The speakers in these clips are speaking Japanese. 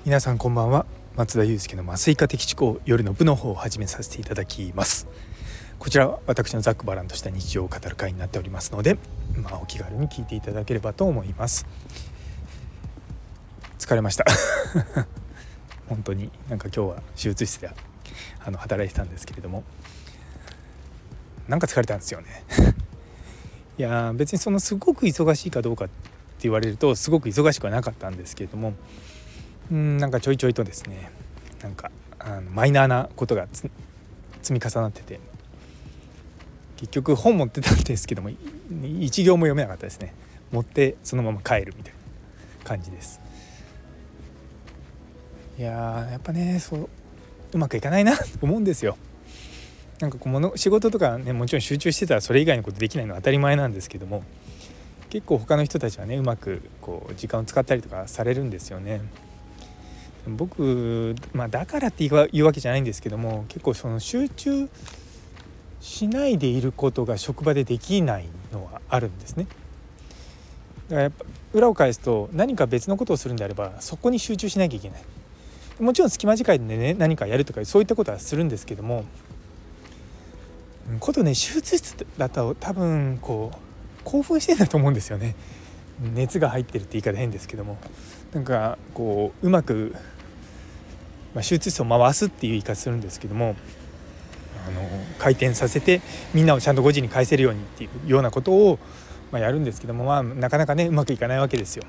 皆さんこんばんは。松田祐介の麻酔科的思考夜の部の方を始めさせていただきます。こちらは私のざっくばらんとした日常を語る会になっておりますので、お気軽に聞いていただければと思います。疲れました本当に今日は手術室で働いてたんですけれども、疲れたんですよねいや別にすごく忙しいかどうかって言われるとすごく忙しくはなかったんですけれども、ちょいちょいとですねマイナーなことが積み重なってて、結局本持ってたんですけども一行も読めなかったですね。持ってそのまま帰るみたいな感じです。いややっぱねうまくいかないなと思うんですよ。仕事とかね、もちろん集中してたらそれ以外のことできないのは当たり前なんですけども、結構他の人たちはねうまく時間を使ったりとかされるんですよね。僕、だからって言うわけじゃないんですけども、結構集中しないでいることが職場でできないのはあるんですね。だからやっぱ裏を返すと、何か別のことをするんであればそこに集中しなきゃいけない。もちろん隙間時間でね何かやるとかそういったことはするんですけども、手術室だと多分興奮してんだと思うんですよね。熱が入ってるって言い方変ですけども、うまく手術室を回すっていう言い方するんですけども、回転させてみんなをちゃんと5時に返せるようにっていうようなことをやるんですけども、なかなかねうまくいかないわけですよ。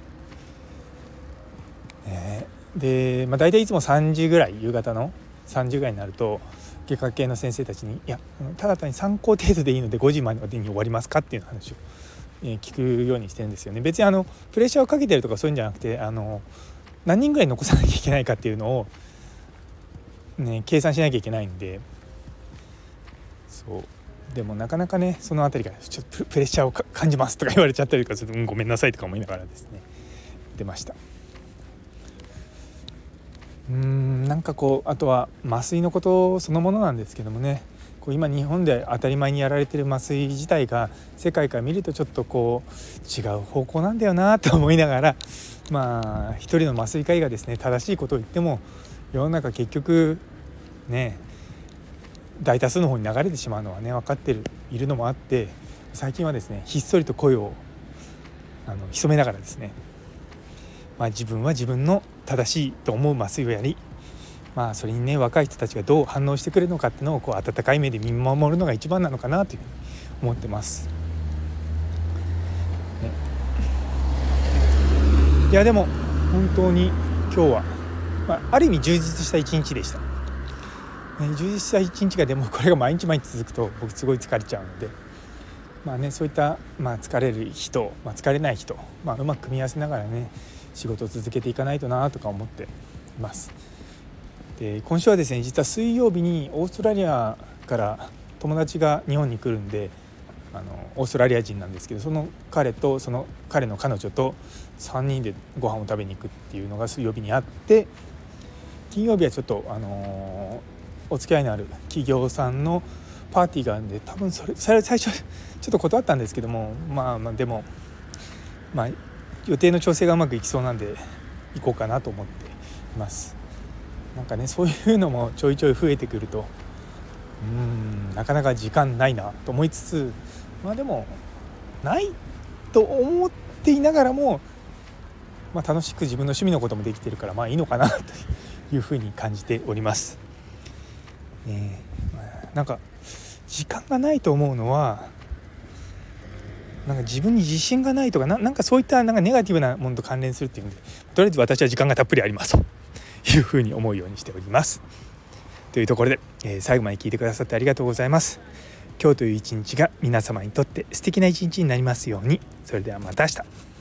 で、大体いつも3時ぐらい、夕方の3時ぐらいになると外科系の先生たちに、ただ単に参考程度でいいので5時までに終わりますかっていう話を聞くようにしてるんですよね。別にプレッシャーをかけてるとかそういうんじゃなくて、何人ぐらい残さなきゃいけないかっていうのを、計算しなきゃいけないんで、でもなかなかねそのあたりがちょっとプレッシャーを感じますとか言われちゃったりとかすると、ごめんなさいとか思いながらですね出ました。あとは麻酔のことそのものなんですけどもね、今日本で当たり前にやられている麻酔自体が世界から見るとちょっと違う方向なんだよなと思いながら、一人の麻酔科医がですね正しいことを言っても世の中結局ね大多数の方に流れてしまうのはね分かっているのもあって、最近はですねひっそりと声を潜めながらですね、自分は自分の正しいと思う麻酔をやり、それにね若い人たちがどう反応してくれるのかっていうのを温かい目で見守るのが一番なのかなというふうに思ってます、いやでも本当に今日は、ある意味充実した一日でした、充実した一日が、でもこれが毎日続くと僕すごい疲れちゃうので、そういった、疲れる人、疲れない人、うまく組み合わせながらね仕事を続けていかないとなとか思っています。で今週はですね、実は水曜日にオーストラリアから友達が日本に来るんで、オーストラリア人なんですけど、その彼とその彼の彼女と3人でご飯を食べに行くっていうのが水曜日にあって、金曜日はちょっと、お付き合いのある企業さんのパーティーがあるんで、多分それ最初ちょっと断ったんですけども、でも予定の調整がうまくいきそうなんで行こうかなと思っています。そういうのもちょいちょい増えてくるとなかなか時間ないなと思いつつ、でもないと思っていながらも、楽しく自分の趣味のこともできてるからいいのかなというふうに感じております。時間がないと思うのは自分に自信がないとかそういったネガティブなものと関連するっていうんで、とりあえず私は時間がたっぷりありますというふうに思うようにしておりますというところで、最後まで聞いてくださってありがとうございます。今日という一日が皆様にとって素敵な一日になりますように。それではまた明日。